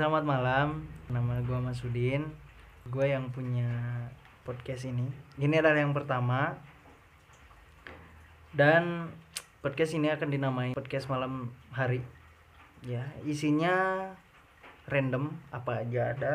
Selamat malam, nama gue Masudin. Gue yang punya podcast ini. Ini adalah yang pertama. Dan podcast ini akan dinamai podcast malam hari. Ya, isinya random, apa aja ada.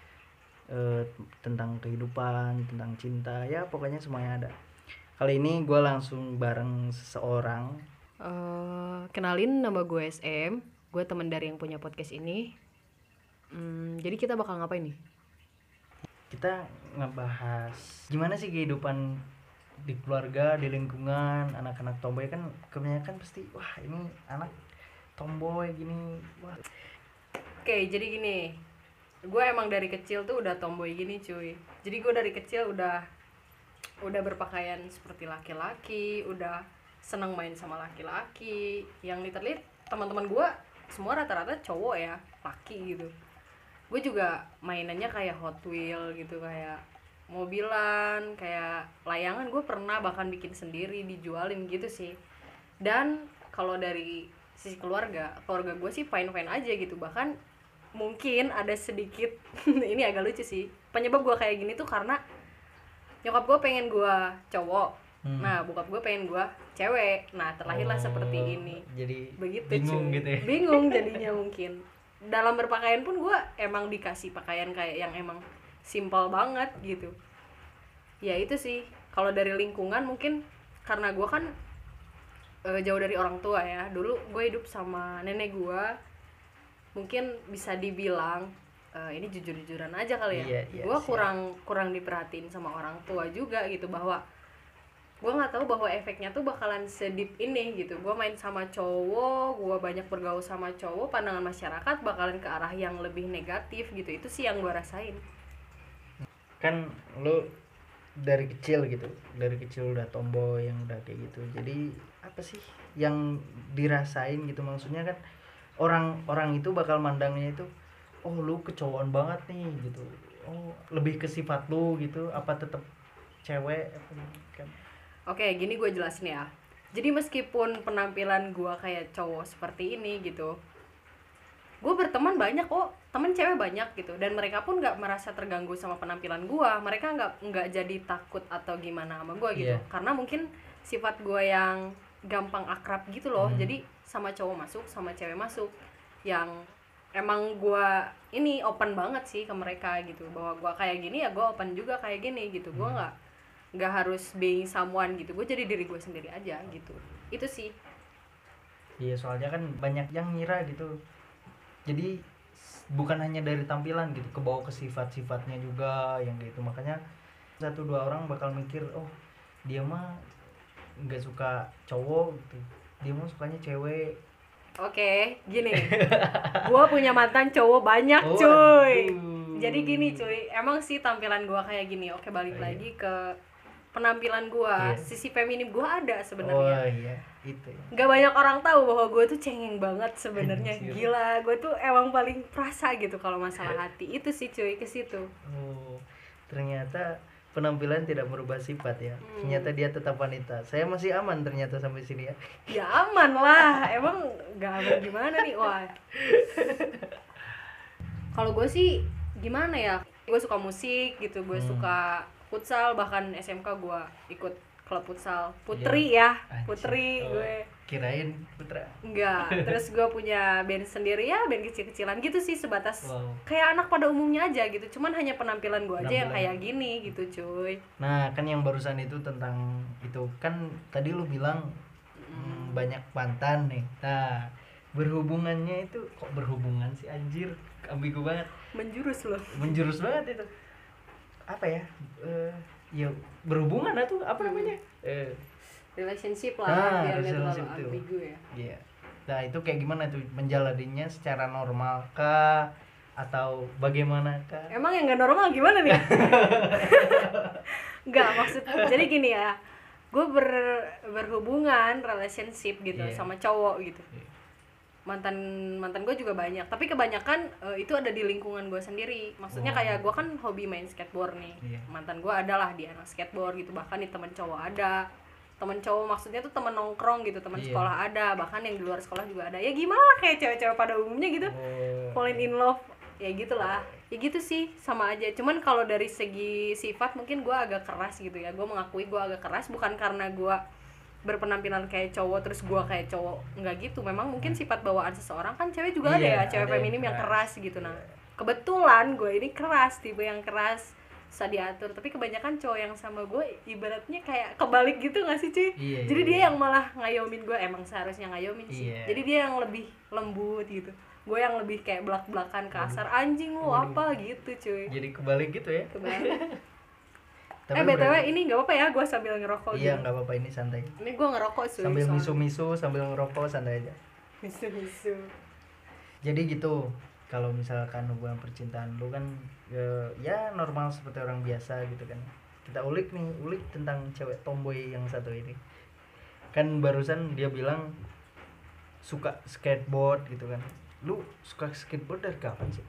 Tentang kehidupan, tentang cinta, ya pokoknya semuanya ada. Kali ini gue langsung bareng seseorang. Kenalin, nama gue SM. Gue teman dari yang punya podcast ini. Jadi kita bakal ngapain nih? Kita ngebahas gimana sih kehidupan di keluarga, di lingkungan, anak-anak tomboy. Kan kebanyakan pasti, wah ini anak tomboy gini, wah. Oke, jadi gini. Gue emang dari kecil tuh udah tomboy gini cuy. Jadi gue dari kecil udah berpakaian seperti laki-laki, udah seneng main sama laki-laki. Yang literally teman-teman gue semua rata-rata cowok ya, laki gitu. Gue juga mainannya kayak Hot Wheel gitu, kayak mobilan, kayak layangan. Gue pernah bahkan bikin sendiri, dijualin gitu sih. Dan kalau dari sisi keluarga gue sih fine-fine aja gitu. Bahkan mungkin ada sedikit ini agak lucu sih, penyebab gue kayak gini tuh karena nyokap gue pengen gue cowok, nah bokap gue pengen gue cewek, nah terlahirlah seperti ini. Jadi Begitu bingung cuy. gitu ya. Bingung jadinya. Mungkin dalam berpakaian pun gue emang dikasih pakaian kayak yang emang simple banget gitu. Ya itu sih. Kalau dari lingkungan mungkin karena gue kan jauh dari orang tua ya. Dulu gue hidup sama nenek gue. Mungkin bisa dibilang ini jujur-jujuran aja kali ya. Iya, Gue kurang diperhatiin sama orang tua juga gitu, bahwa gue nggak tahu bahwa efeknya tuh bakalan sedip ini gitu. Gue main sama cowok, gue banyak bergaul sama cowok, pandangan masyarakat bakalan ke arah yang lebih negatif gitu. Itu sih yang gue rasain. Kan lu dari kecil gitu, dari kecil udah tomboy yang udah kayak gitu. Jadi apa sih yang dirasain gitu? Maksudnya kan orang itu bakal mandangnya itu, oh lu kecowokan banget nih gitu, oh lebih ke sifat lu gitu, apa tetap cewek apa kan. Oke, gini gue jelasin ya. Jadi meskipun penampilan gue kayak cowok seperti ini gitu, gue berteman banyak kok, temen cewek banyak gitu, dan mereka pun nggak merasa terganggu sama penampilan gue. Mereka nggak jadi takut atau gimana sama gue gitu. Iya. Karena mungkin sifat gue yang gampang akrab gitu loh. Jadi sama cowok masuk, sama cewek masuk, yang emang gue ini open banget sih ke mereka gitu, bahwa gue kayak gini ya gue open juga kayak gini gitu. Gue nggak harus being someone gitu, gue jadi diri gue sendiri aja gitu. Itu sih. Iya, soalnya kan banyak yang ngira gitu, jadi bukan hanya dari tampilan gitu, kebawa ke sifat-sifatnya juga yang gitu. Makanya satu dua orang bakal mikir, oh dia mah nggak suka cowok gitu, dia mah sukanya cewek. Oke, gini. Gue punya mantan cowok banyak, Oh, cuy. aduh. Jadi gini, cuy. Emang sih tampilan gue kayak gini. Oke, balik Oh, iya. lagi ke penampilan gue. Iya. Sisi feminim gue ada Oh sebenarnya. iya, itu ya. Gak banyak orang tahu bahwa gue tuh cengeng banget sebenarnya. Anjir. Gila, gue tuh emang paling perasa gitu kalau masalah hati. Itu sih, cuy, ke situ. Oh, ternyata penampilan tidak merubah sifat ya. Ternyata dia tetap wanita. Saya masih aman ternyata sampai sini ya. Ya aman lah. Emang gak aman gimana nih? Wah. Kalau gue sih gimana ya? Gue suka musik gitu, gue suka futsal, bahkan SMK gue ikut klub futsal. Putri ya, Anjir. putri Oh, gue. kirain putra. Enggak. Terus gue punya band sendiri ya, band kecil-kecilan gitu sih, sebatas Wow. kayak anak pada umumnya aja gitu. Cuman hanya penampilan gue aja yang Penampilan. kayak gini gitu, cuy. Nah, kan yang barusan itu tentang itu kan tadi lu bilang banyak mantan nih. Nah, berhubungannya itu kok berhubungan sih, anjir, ambigu banget, Menjurus loh. menjurus banget itu. Apa ya? Ya berhubungan atau apa namanya? Relationship Ah, lah, biar gak relationship terlalu tuh. ambigu ya. Iya. Nah, itu kayak gimana tuh menjalaninya, secara normal kah atau bagaimana kah? Emang yang gak normal gimana nih? Gak, maksud jadi gini ya, gue berhubungan relationship gitu Iya. sama cowok gitu. Iya. Mantan gue juga banyak, tapi kebanyakan itu ada di lingkungan gue sendiri. Maksudnya Oh. kayak gue kan hobi main skateboard nih. Iya. Mantan gue adalah dia anak skateboard gitu, bahkan di teman cowok ada. Temen cowok maksudnya tuh temen nongkrong gitu, teman Iya. sekolah ada, bahkan yang di luar sekolah juga ada. Ya gimana lah, kayak cewek-cewek pada umumnya gitu, Oh. falling in love ya gitulah, ya gitu sih, sama aja. Cuman kalau dari segi sifat mungkin gue agak keras gitu ya, gue mengakui gue agak keras, bukan karena gue berpenampilan kayak cowok terus gue kayak cowok, nggak gitu. Memang mungkin sifat bawaan seseorang, kan cewek juga ada ya, cewek ada feminim yang keras gitu. Nah kebetulan gue ini keras, tipe yang keras, susah diatur. Tapi kebanyakan cowok yang sama gue ibaratnya kayak kebalik gitu nggak sih cuy? Jadi dia yang malah ngayomin gue, emang seharusnya ngayomin sih. Jadi dia yang lebih lembut gitu, gue yang lebih kayak belak-belakan kasar, anjing lu apa gitu cuy. Jadi kebalik gitu ya. Kebalik. Tapi BTW berarti- ini nggak apa-apa ya gue sambil ngerokok iya gitu. nggak apa-apa, ini santai. Ini gue ngerokok cuy, Sambil soalnya. misu-misu sambil ngerokok santai aja. Misu-misu. Jadi gitu, kalau misalkan hubungan percintaan lu kan ya normal seperti orang biasa gitu kan. Kita ulik tentang cewek tomboy yang satu ini. Kan barusan dia bilang suka skateboard gitu kan. Lu suka skateboard dari kapan sih?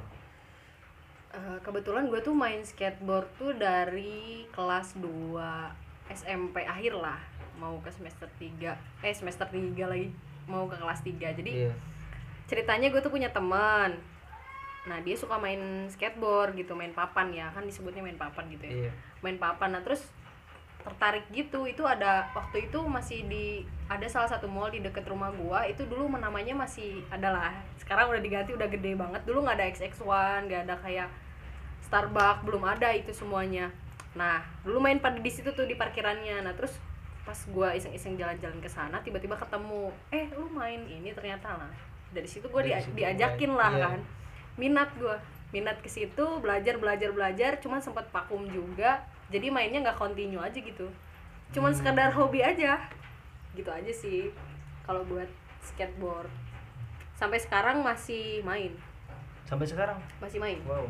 Kebetulan gue tuh main skateboard tuh dari kelas 2 SMP akhir lah, mau ke semester 3 semester 3 lagi, mau ke kelas 3. Jadi ceritanya gue tuh punya teman. Nah dia suka main skateboard gitu, main papan ya, kan disebutnya main papan gitu ya. Main papan. Nah terus tertarik gitu. Itu ada waktu itu masih ada salah satu mall di deket rumah gua, itu dulu namanya masih adalah, sekarang udah diganti, udah gede banget. Dulu nggak ada XX1, nggak ada kayak Starbucks, belum ada itu semuanya. Nah dulu main pada di situ tuh di parkirannya. Nah terus pas gua iseng-iseng jalan-jalan ke sana, tiba-tiba ketemu, lu main ini ternyata. Lah dari situ gua diajakin lah kan, minat ke situ, belajar, cuman sempat vakum juga. Jadi mainnya nggak continue aja gitu, cuman sekadar hobi aja gitu aja sih kalau buat skateboard. Sampai sekarang masih main. Sampai sekarang Masih main. wow.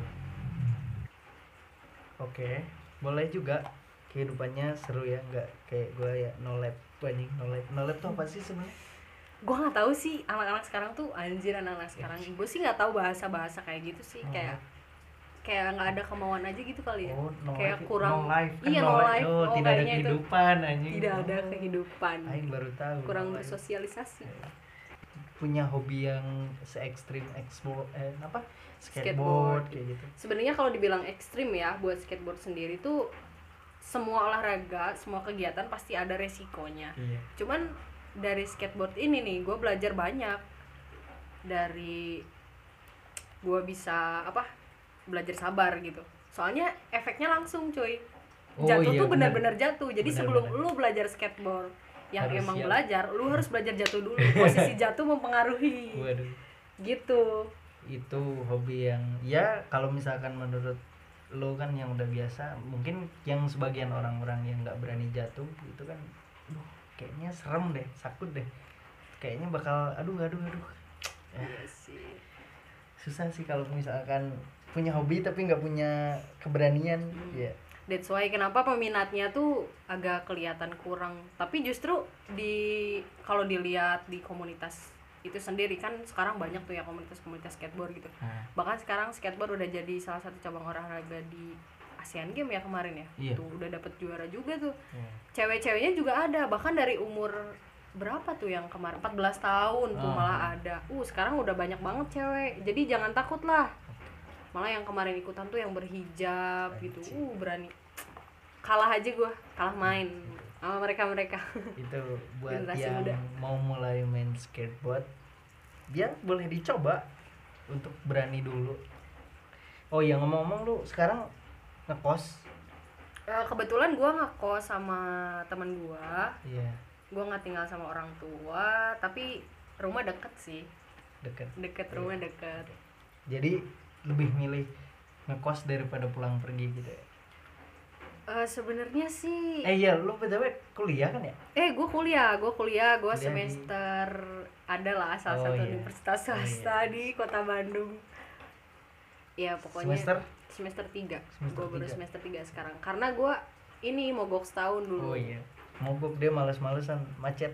Oke, boleh juga. Kehidupannya seru ya, nggak kayak gue ya, no lab banyak. No lab tuh apa sih sebenarnya? Gue nggak tahu sih, anak-anak sekarang tuh anjir, anak-anak sekarang gue sih nggak tahu bahasa kayak gitu sih. Kayak nggak ada kemauan aja gitu kali ya. Kayak life, kurang no life. Kan iya, no no life. life. Oh, tidak ada kayaknya itu kehidupan anjing. tidak ada kehidupan, Aing baru tahu. kurang no life. bersosialisasi. Punya hobi yang se-ekstrim skateboard kayak gitu. Sebenarnya kalau dibilang ekstrim ya, buat skateboard sendiri tuh semua olahraga, semua kegiatan pasti ada resikonya. Cuman dari skateboard ini nih gue belajar banyak. Dari gue bisa belajar sabar gitu, soalnya efeknya langsung cuy. Jatuh tuh benar-benar jatuh. Jadi sebelum lu belajar skateboard yang harus emang siap. Belajar, lu harus belajar jatuh dulu. Posisi jatuh mempengaruhi. Waduh. Gitu. Itu hobi yang ya kalau misalkan menurut lu kan yang udah biasa, mungkin yang sebagian orang-orang yang nggak berani jatuh itu kan kayaknya serem deh, sakut deh, kayaknya bakal aduh Iya sih. Susah sih kalau misalkan punya hobi tapi nggak punya keberanian. That's why kenapa peminatnya tuh agak kelihatan kurang. Tapi justru kalau dilihat di komunitas itu sendiri kan sekarang banyak tuh ya komunitas skateboard gitu. Bahkan sekarang skateboard udah jadi salah satu cabang olahraga di Asian Games ya kemarin ya. Tuh udah dapet juara juga tuh. Cewek-ceweknya juga ada, bahkan dari umur berapa tuh yang kemarin 14 tahun tuh malah ada. Sekarang udah banyak banget cewek. Jadi jangan takut lah. Malah yang kemarin ikutan tuh yang berhijab gitu. Berani. Kalah aja gua, kalah main sama mereka. Itu buat generasi yang muda. mau mulai main skateboard, dia boleh dicoba untuk berani dulu. Oh iya, ngomong-ngomong lu sekarang ngekos? Kebetulan gue ngekos sama teman gue. Gue nggak tinggal sama orang tua, tapi rumah deket sih. Deket rumah deket. Jadi lebih milih ngekos daripada pulang pergi gitu ya? Sebenarnya sih. Iya, lu btw kuliah kan ya? Gue kuliah semester adalah salah satu universitas swasta di Kota Bandung. Ya pokoknya semester 3. Gue baru semester 3 sekarang. Karena gue ini mogok setahun dulu. Oh iya. Mogok, dia males-malesan, macet.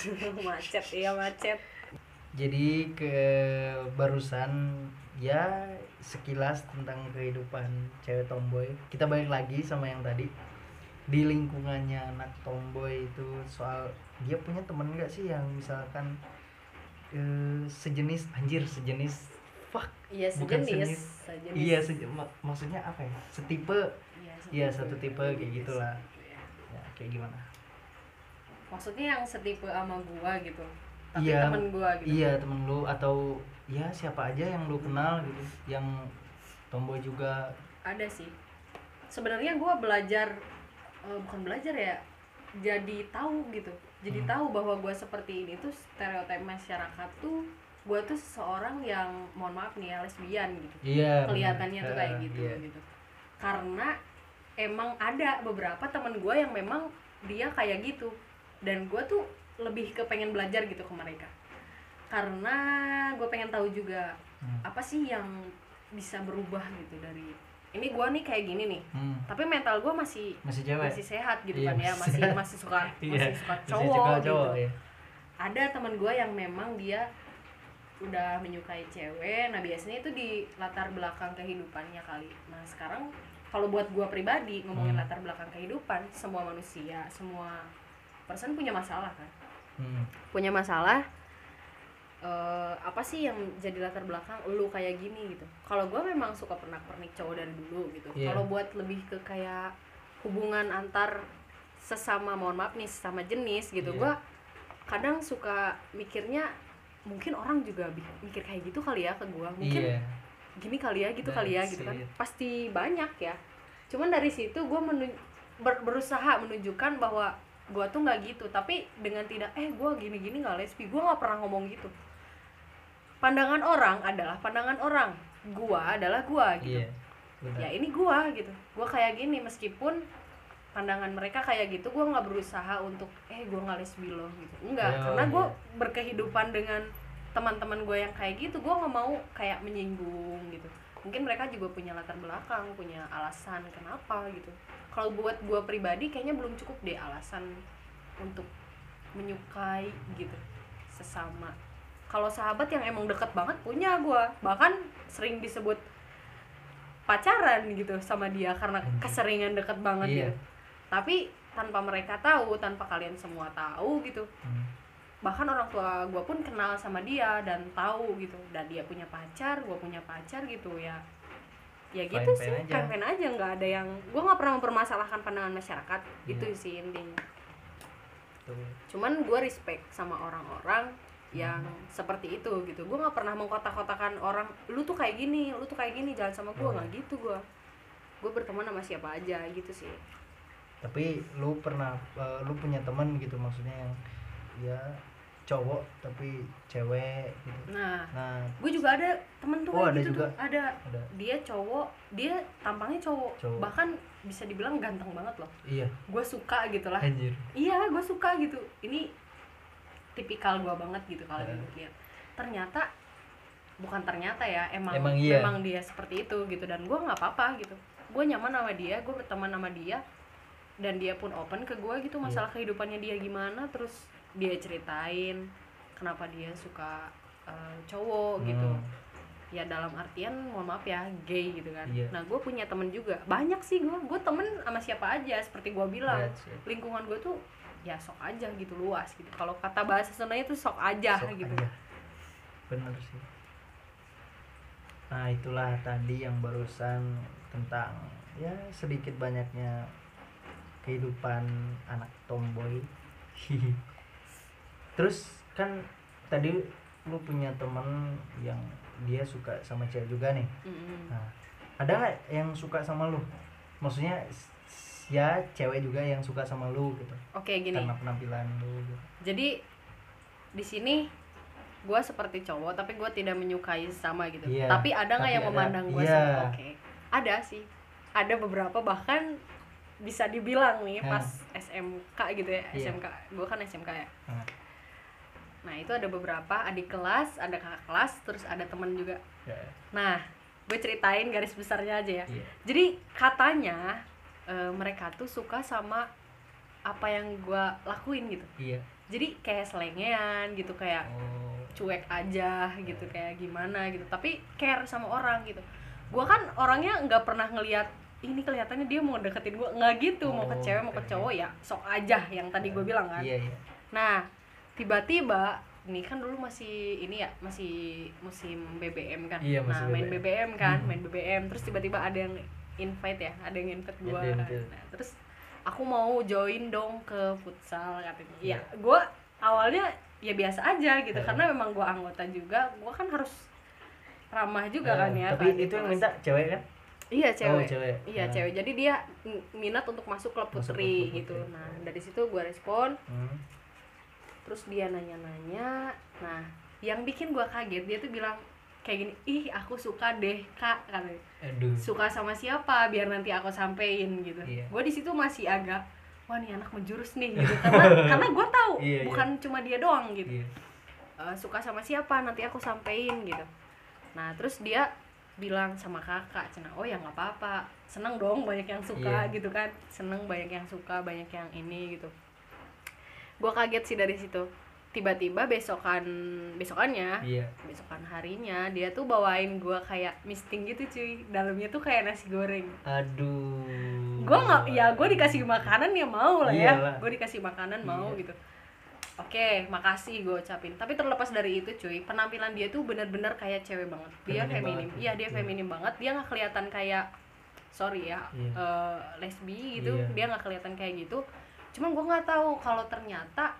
macet. Jadi barusan ya sekilas tentang kehidupan cewek tomboy. Kita balik lagi sama yang tadi. Di lingkungannya anak tomboy itu, soal dia punya temen gak sih yang misalkan sejenis Iya bukan sejenis, iya maksudnya apa ya, setipe, iya satu tipe kayak jenis gitulah gitu ya. ya. Kayak gimana? Maksudnya yang setipe sama gua gitu, tapi Iya, temen gua gitu. iya temen lu atau ya siapa aja yang lu kenal gitu yang tomboy juga. Ada sih sebenarnya gua belajar, bukan belajar ya, jadi tahu gitu, jadi tahu bahwa gua seperti ini tuh stereotip masyarakat tuh, gua tuh seseorang yang mohon maaf nih ya, lesbian gitu. Iya, Kelihatannya tuh bener. kayak gitu Iya. gitu, karena emang ada beberapa teman gua yang memang dia kayak gitu, dan gua tuh lebih ke pengen belajar gitu ke mereka, karena gue pengen tahu juga apa sih yang bisa berubah gitu dari ini gue nih kayak gini nih, tapi mental gue masih cewek, masih sehat gitu iya, kan ya, masih suka iya, masih suka masih cowok gitu. iya. Ada teman gue yang memang dia udah menyukai cewek, nah biasanya itu di latar belakang kehidupannya kali. Nah sekarang kalau buat gue pribadi ngomongin latar belakang kehidupan, semua manusia, semua person punya masalah kan, punya masalah. Apa sih yang jadi latar belakang lu kayak gini gitu. Kalau gue memang suka pernak-pernik cowok dari dulu gitu. Kalau buat lebih ke kayak hubungan antar sesama, mohon maaf nih, sesama jenis gitu, gue kadang suka mikirnya mungkin orang juga mikir kayak gitu kali ya ke gue, mungkin gini kali ya, gitu kali ya gitu kan. Pasti banyak ya, cuman dari situ gue berusaha menunjukkan bahwa gue tuh nggak gitu, tapi dengan tidak gue gini-gini nggak lesbi, gue nggak pernah ngomong gitu. Pandangan orang adalah pandangan orang, gua adalah gua gitu. Ya ini gua gitu, gua kayak gini, meskipun pandangan mereka kayak gitu, gua nggak berusaha untuk gua nggak lesbi loh gitu, enggak. Karena gua berkehidupan dengan teman-teman gua yang kayak gitu, gua nggak mau kayak menyinggung gitu. Mungkin mereka juga punya latar belakang, punya alasan kenapa gitu. Kalau buat gua pribadi kayaknya belum cukup deh alasan untuk menyukai gitu sesama. Kalau sahabat yang emang deket banget punya gue, bahkan sering disebut pacaran gitu sama dia karena keseringan deket banget gitu. Tapi tanpa mereka tahu, tanpa kalian semua tahu gitu. Bahkan orang tua gue pun kenal sama dia dan tahu gitu, dan dia punya pacar, gue punya pacar gitu ya. Ya gitu sih, fine-fine aja, nggak ada yang, gue nggak pernah mempermasalahkan pandangan masyarakat, gitu sih intinya. Cuman gue respect sama orang-orang yang seperti itu gitu. Gue nggak pernah mengkotak-kotakan orang, lu tuh kayak gini, lu tuh kayak gini, jangan sama gue, nggak gitu. Gue berteman sama siapa aja gitu sih. Tapi lu pernah lu punya teman gitu, maksudnya yang ya cowok tapi cewek gitu. Nah gue juga ada temen tuh kayak gitu juga. Tuh ada. Dia cowok, dia tampangnya cowok, bahkan bisa dibilang ganteng banget loh. Iya, gue suka gitu lah. Anjir. Iya, gue suka gitu, ini tipikal gue banget gitu kalau dilihat. Ternyata bukan ternyata ya, emang dia seperti itu gitu, dan gue nggak apa-apa gitu. Gue nyaman sama dia, gue berteman sama dia, dan dia pun open ke gue gitu masalah kehidupannya dia gimana. Terus dia ceritain kenapa dia suka cowok gitu ya, dalam artian mohon maaf ya, gay gitu kan. Nah gue punya temen juga banyak sih, gue temen sama siapa aja, seperti gue bilang, lingkungan gue tuh ya sok aja gitu, luas gitu. Kalau kata bahasa Sundanya itu sok aja gitu. Bener sih. Nah itulah tadi yang barusan tentang ya sedikit banyaknya kehidupan anak tomboy. Terus kan tadi lu punya temen yang dia suka sama cewek juga nih. Nah ada nggak yang suka sama lu? Maksudnya ya cewek juga yang suka sama lu gitu. Oke, gini. Karena penampilan lu gitu. Jadi di sini gue seperti cowok tapi gue tidak menyukai sama gitu. Tapi ada nggak yang memandang gue sama? Oke, ada sih. Ada beberapa, bahkan bisa dibilang nih pas SMK gitu ya. SMK, gue kan SMK ya. Nah itu ada beberapa adik kelas, ada kakak kelas, terus ada teman juga. Nah gue ceritain garis besarnya aja ya. Jadi katanya mereka tuh suka sama apa yang gue lakuin gitu. Jadi kayak selengean gitu, kayak cuek aja gitu, kayak gimana gitu, tapi care sama orang gitu. Gue kan orangnya nggak pernah ngelihat ini kelihatannya dia mau deketin gue, nggak gitu. Mau ke cewek mau ke cowok ya sok aja, yang tadi gue bilang kan. Nah tiba-tiba ini kan dulu masih ini ya, masih musim BBM kan. Iya, Nah, masih main BBM. BBM kan, main BBM terus tiba-tiba ada yang invite ya, ada yang invite gua. Ada yang invite. Nah, terus aku mau join dong ke futsal katanya. Ya, Iya. gua awalnya ya biasa aja gitu, Iya. karena memang gua anggota juga, gua kan harus ramah juga kan ya. Tapi kan, di itu yang kelas. minta cewek kan? Iya cewek. Oh, cewek. Iya Nah. cewek. Jadi dia minat untuk masuk klub Masuk putri klub gitu. putri. Nah, dari situ gua respon. Hmm. Terus dia nanya-nanya. Nah, yang bikin gua kaget dia tuh bilang kayak gini, "Ih, aku suka deh, Kak," katanya. Aduh. Suka sama siapa? Biar nanti aku sampein gitu. Iya. Gua di situ masih agak, wah nih anak menjurus nih gitu. Karena gua tahu Iya, bukan cuma dia doang gitu. Iya. Suka sama siapa nanti aku sampein gitu. Nah, terus dia bilang sama kakak, cina, oh ya nggak apa-apa, seneng dong banyak yang suka Iya. gitu kan, seneng banyak yang suka, banyak yang ini gitu. Gue kaget sih dari situ. Tiba-tiba besokannya Iya. besokan harinya dia tuh bawain gue kayak misting gitu cuy, dalamnya tuh kayak nasi goreng. Aduh. Gue nggak, ya gue dikasih makanan ya mau lah ya, Iyalah. gue dikasih makanan mau Iya. gitu. Oke, makasih gue ucapin. Tapi terlepas dari itu cuy, penampilan dia tuh benar-benar kayak cewek banget. Dia Feminim feminim. banget. Iya, dia Iya. feminim banget. Dia nggak kelihatan kayak, sorry ya, Iya. lesbi gitu. Iya. Dia nggak kelihatan kayak gitu. Cuman gue nggak tahu kalau ternyata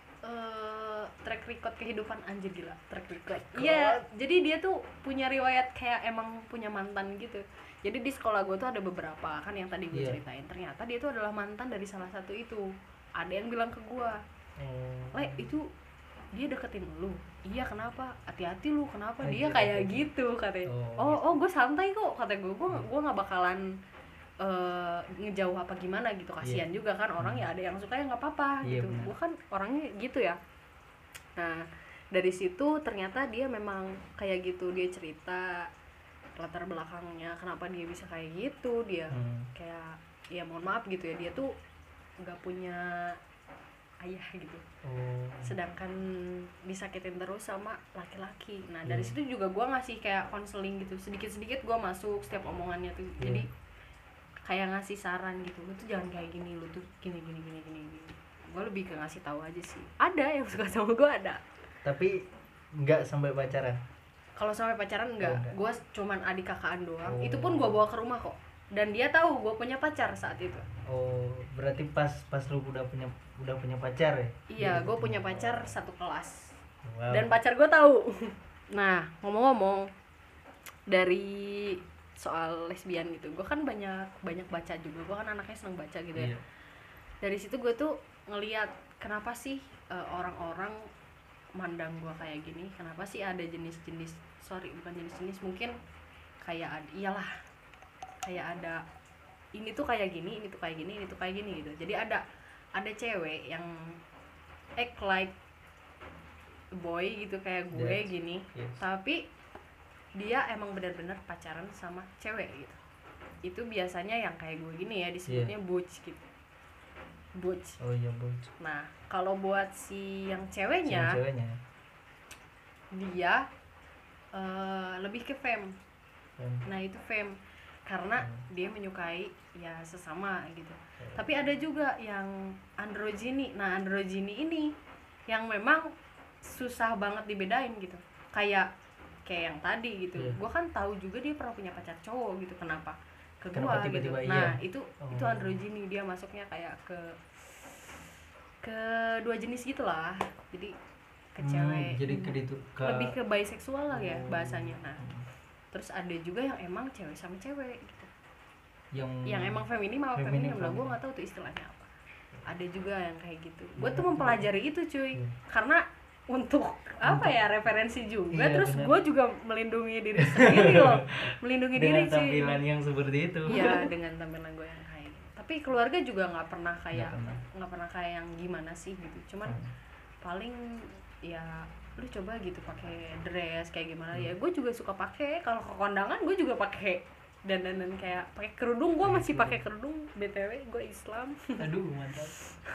track record kehidupan, anjir gila, track record. Iya, jadi dia tuh punya riwayat kayak emang punya mantan gitu. Jadi di sekolah gue tuh ada beberapa kan yang tadi gue Iya. ceritain. Ternyata dia tuh adalah mantan dari salah satu itu. Ada yang bilang ke gue, Oh. itu dia deketin lu. Iya, kenapa? Hati-hati lu, kenapa? Anjir, Dia kayak hati-hati. gitu katanya. Oh, Oh, gue santai kok, kata gue nggak bakalan ngejauh apa gimana gitu. Kasihan juga kan orang, ya ada yang suka ya nggak apa-apa Iya, gitu. benar. Gue kan orangnya gitu ya. Nah, dari situ ternyata dia memang kayak gitu. Dia cerita latar belakangnya kenapa dia bisa kayak gitu. Dia kayak, ya mohon maaf gitu ya, dia tuh nggak punya ayah gitu. Oh. Sedangkan disakitin terus sama laki-laki. Nah, Iya. dari situ juga gue ngasih kayak konseling gitu, sedikit-sedikit gue masuk setiap omongannya tuh. Iya. Jadi kayak ngasih saran gitu, lu tuh jangan kayak gini, lu tuh gini. Gue lebih ke ngasih tahu aja sih. Ada yang suka sama gue, ada. Tapi nggak sampai pacaran. Kalau sampai pacaran enggak, enggak. gue cuman adik kakaan doang. Oh. Itu pun gue bawa ke rumah kok. Dan dia tahu gue punya pacar saat itu. Oh, berarti pas lu udah punya pacar ya? Iya, gue punya pacar satu kelas. Wow. Dan pacar gue tahu. Nah, ngomong-ngomong dari soal lesbian gitu, gue kan banyak baca juga. Gue kan anaknya seneng baca gitu ya. Iya. Dari situ gue tuh ngelihat kenapa sih orang-orang mandang gue kayak gini. Kenapa sih ada jenis-jenis, bukan jenis-jenis, mungkin kayak iyalah, kayak ada ini tuh kayak gini, ini tuh kayak gini, ini tuh kayak gini gitu. Jadi ada cewek yang act like boy gitu kayak gue Yes. gini. Yes. Tapi dia emang benar-benar pacaran sama cewek gitu. Itu biasanya yang kayak gue gini ya, disebutnya butch gitu. Butch. Oh iya, bos. Nah, kalau buat si yang ceweknya, Ceweknya. dia lebih ke femme. Nah, itu femme karena dia menyukai ya sesama gitu. Tapi ada juga yang androgyny. Nah, androgyny ini yang memang susah banget dibedain gitu. Kayak yang tadi gitu. Iya. Gue kan tahu juga dia pernah punya pacar cowok gitu. Kenapa ke Kenapa gua gitu. tiba-tiba Nah, iya? itu androgyny, dia masuknya kayak ke dua jenis gitulah. Jadi ke cewek. Jadi ke lebih ke bisexual lah ya Oh. bahasanya. Nah, terus ada juga yang emang cewek sama cewek gitu. Yang emang feminim apa feminim lah, gue nggak tahu tuh istilahnya apa. Ada juga yang kayak gitu. Gue tuh mempelajari itu cuy, karena untuk apa ya, referensi juga. Iya, Terus bener. gue juga melindungi diri sendiri loh, melindungi dengan diri cuy. tampilan yang seperti itu. Iya, dengan tampilan gue yang kayak gitu. Tapi keluarga juga nggak pernah kayak Nggak pernah. kayak yang gimana sih gitu. Cuman paling ya lu coba gitu pakai dress kayak gimana ya. Gue juga suka pakai, kalau ke kondangan gue juga pakai dan kayak pakai kerudung. Gue masih pakai kerudung, BTW gue Islam. Aduh, mantap.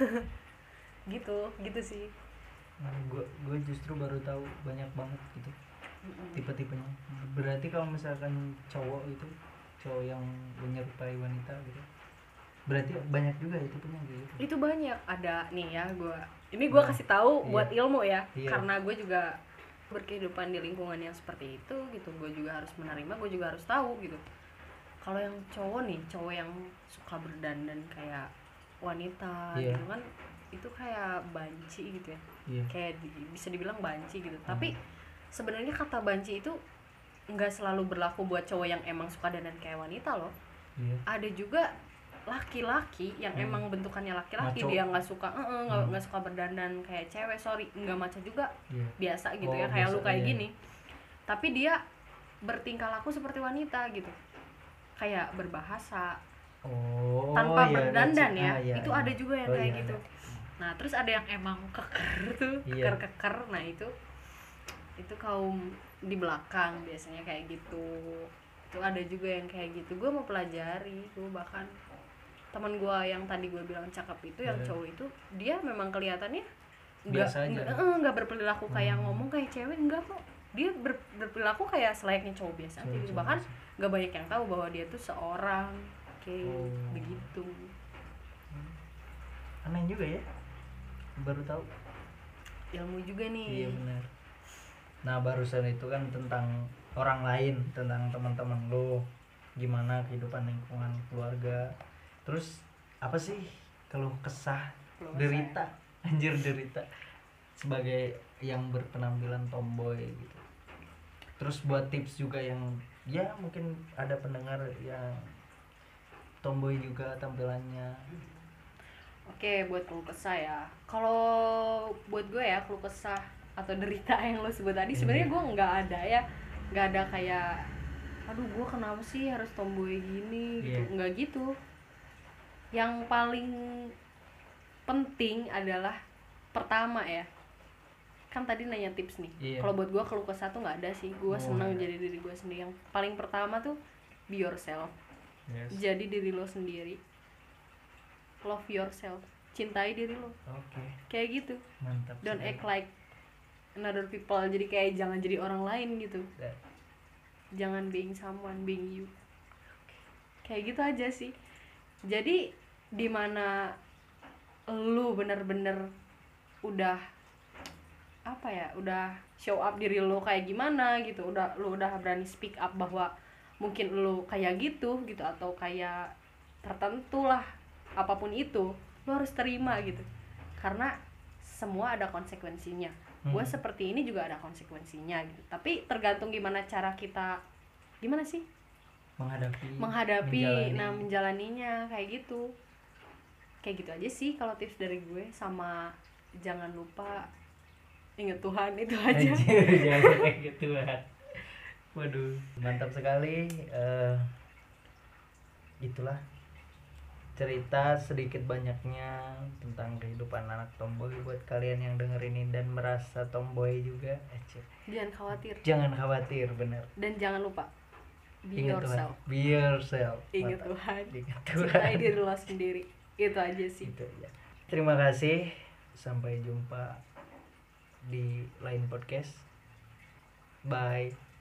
gitu sih. Gue justru baru tahu banyak banget gitu tipe-tipenya. Berarti kalau misalkan cowok yang menyerupai wanita gitu, Berarti banyak juga itu punya gitu. Itu banyak. Ada nih ya, gue kasih tahu Iya. buat ilmu ya. Iya. Karena gue juga berkehidupan di lingkungan yang seperti itu gitu. Gue juga harus menerima, gue juga harus tahu gitu. Kalau yang cowok nih, cowok yang suka berdandan kayak wanita Iya. gitu kan, itu kayak banci gitu ya. Iya. Kayak bisa dibilang banci gitu. Tapi sebenarnya kata banci itu nggak selalu berlaku buat cowok yang emang suka dandan kayak wanita loh. Iya. Ada juga laki-laki yang emang bentukannya laki-laki, Maco. dia nggak suka nggak suka berdandan kayak cewek, nggak maco juga, Iya. biasa gitu Oh, ya, kayak lu biasa, kayak iya. gini, tapi dia bertingkah laku seperti wanita gitu, kayak berbahasa Oh, tanpa iya, berdandan that's- ya, iya, itu iya. ada juga yang Oh, kayak iya, gitu. ada. Nah terus ada yang emang keker tuh, Iya. keker, nah itu kaum di belakang biasanya kayak gitu. Itu ada juga yang kayak gitu. Gue mau pelajari. Gue bahkan teman gue yang tadi gue bilang cakep itu, yang Iya. cowok itu, dia memang kelihatannya Biasa aja. nggak berperilaku kayak ngomong kayak cewek, enggak kok. Dia berperilaku kayak selayaknya cowok biasa aja gitu. Cowok Bahkan biasa. nggak banyak yang tahu bahwa dia tuh seorang kayak Oh. begitu. Aneh juga ya, baru tahu. Ilmu juga nih. Iya benar. Nah barusan itu kan tentang orang lain, tentang teman-teman lo, gimana kehidupan lingkungan keluarga. Terus apa sih kalau kesah, Keluh derita, anjir derita sebagai yang berpenampilan tomboy gitu. Terus buat tips juga yang ya mungkin ada pendengar yang tomboy juga tampilannya. Oke, buat keluh kesah ya. Kalau buat gue ya, keluh kesah atau derita yang lo sebut tadi, sebenarnya gue nggak ada kayak, aduh gue kenapa sih harus tomboy gini gitu, Iya. nggak gitu. Yang paling penting adalah pertama ya, kan tadi nanya tips nih. Iya. Kalau buat gue keluh kesah tuh nggak ada sih. Gue Oh, senang iya. jadi diri gue sendiri. Yang paling pertama tuh be yourself. Yes. Jadi diri lo sendiri. Love yourself. Cintai diri lo. Oke, Kayak gitu. mantap. Don't sekali. act like another people. Jadi kayak jangan jadi orang lain gitu. Da- Jangan being someone, being you. Kayak gitu aja sih. Jadi dimana lu bener-bener udah apa ya, udah show up diri lu kayak gimana gitu, lu udah berani speak up bahwa mungkin lu kayak gitu atau kayak tertentu lah, apapun itu lu harus terima gitu, karena semua ada konsekuensinya. Gue seperti ini juga ada konsekuensinya gitu, tapi tergantung gimana cara kita, gimana sih menghadapi menghadapi menjalani. menjalaninya kayak gitu aja sih kalau tips dari gue. Sama jangan lupa ingat Tuhan, itu aja. Anjir, jangan kayak gitu kan. Waduh, mantap sekali. Itulah cerita sedikit banyaknya tentang kehidupan anak tomboy. Buat kalian yang denger ini dan merasa tomboy juga, Jangan khawatir jangan khawatir, bener. dan jangan lupa be Ingat yourself. Tuhan, be yourself. Ingat Mantap. Tuhan, Ingat Tuhan. cintai diri lo sendiri. Itu aja sih. Itu ya. Terima kasih. Sampai jumpa di lain podcast. Bye.